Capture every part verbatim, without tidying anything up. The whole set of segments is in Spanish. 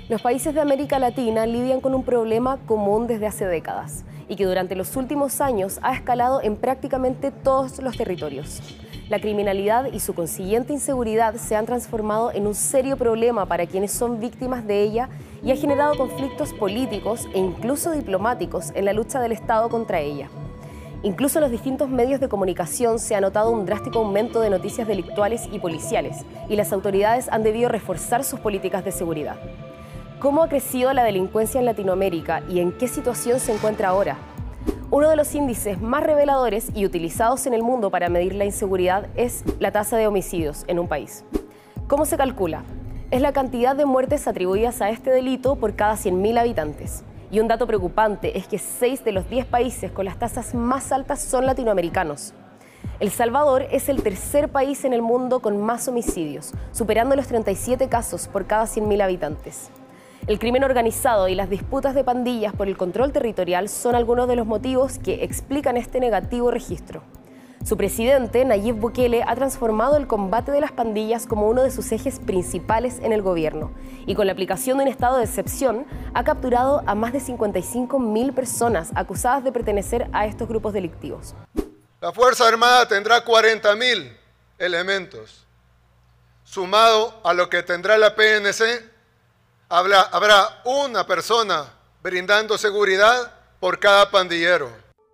Los países de América Latina lidian con un problema común desde hace décadas y que durante los últimos años ha escalado en prácticamente todos los territorios. La criminalidad y su consiguiente inseguridad se han transformado en un serio problema para quienes son víctimas de ella y ha generado conflictos políticos e incluso diplomáticos en la lucha del Estado contra ella. Incluso en los distintos medios de comunicación se ha notado un drástico aumento de noticias delictuales y policiales, y las autoridades han debido reforzar sus políticas de seguridad. ¿Cómo ha crecido la delincuencia en Latinoamérica y en qué situación se encuentra ahora? Uno de los índices más reveladores y utilizados en el mundo para medir la inseguridad es la tasa de homicidios en un país. ¿Cómo se calcula? Es la cantidad de muertes atribuidas a este delito por cada cien mil habitantes. Y un dato preocupante es que seis de los diez países con las tasas más altas son latinoamericanos. El Salvador es el tercer país en el mundo con más homicidios, superando los treinta y siete casos por cada cien mil habitantes. El crimen organizado y las disputas de pandillas por el control territorial son algunos de los motivos que explican este negativo registro. Su presidente, Nayib Bukele, ha transformado el combate de las pandillas como uno de sus ejes principales en el gobierno y con la aplicación de un estado de excepción ha capturado a más de cincuenta y cinco mil personas acusadas de pertenecer a estos grupos delictivos. La Fuerza Armada tendrá cuarenta mil elementos. Sumado a lo que tendrá la P N C, habrá, habrá una persona brindando seguridad por cada pandillero.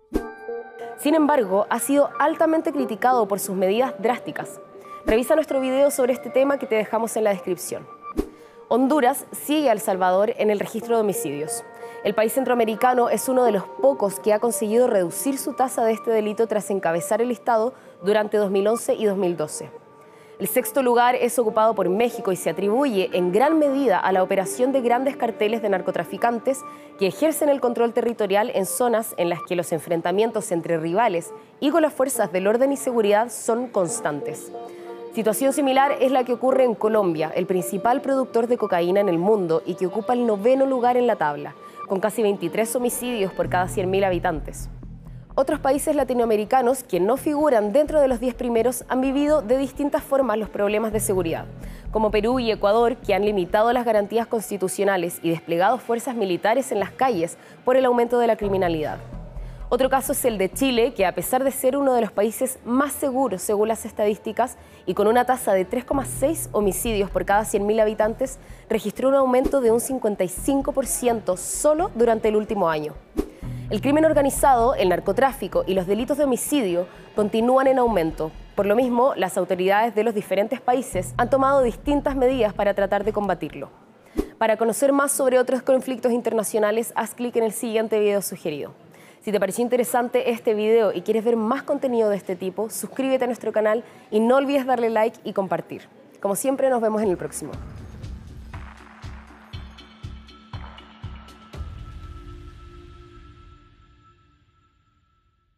Sin embargo, ha sido altamente criticado por sus medidas drásticas. Revisa nuestro video sobre este tema que te dejamos en la descripción. Honduras sigue a El Salvador en el registro de homicidios. El país centroamericano es uno de los pocos que ha conseguido reducir su tasa de este delito tras encabezar el listado durante dos mil once y dos mil doce. El sexto lugar es ocupado por México y se atribuye en gran medida a la operación de grandes carteles de narcotraficantes que ejercen el control territorial en zonas en las que los enfrentamientos entre rivales y con las fuerzas del orden y seguridad son constantes. Situación similar es la que ocurre en Colombia, el principal productor de cocaína en el mundo y que ocupa el noveno lugar en la tabla, con casi veintitrés homicidios por cada cien mil habitantes. Otros países latinoamericanos que no figuran dentro de los diez primeros han vivido de distintas formas los problemas de seguridad, como Perú y Ecuador, que han limitado las garantías constitucionales y desplegado fuerzas militares en las calles por el aumento de la criminalidad. Otro caso es el de Chile, que a pesar de ser uno de los países más seguros según las estadísticas y con una tasa de tres coma seis homicidios por cada cien mil habitantes, registró un aumento de un cincuenta y cinco por ciento solo durante el último año. El crimen organizado, el narcotráfico y los delitos de homicidio continúan en aumento. Por lo mismo, las autoridades de los diferentes países han tomado distintas medidas para tratar de combatirlo. Para conocer más sobre otros conflictos internacionales, haz clic en el siguiente video sugerido. Si te pareció interesante este video y quieres ver más contenido de este tipo, suscríbete a nuestro canal y no olvides darle like y compartir. Como siempre, nos vemos en el próximo.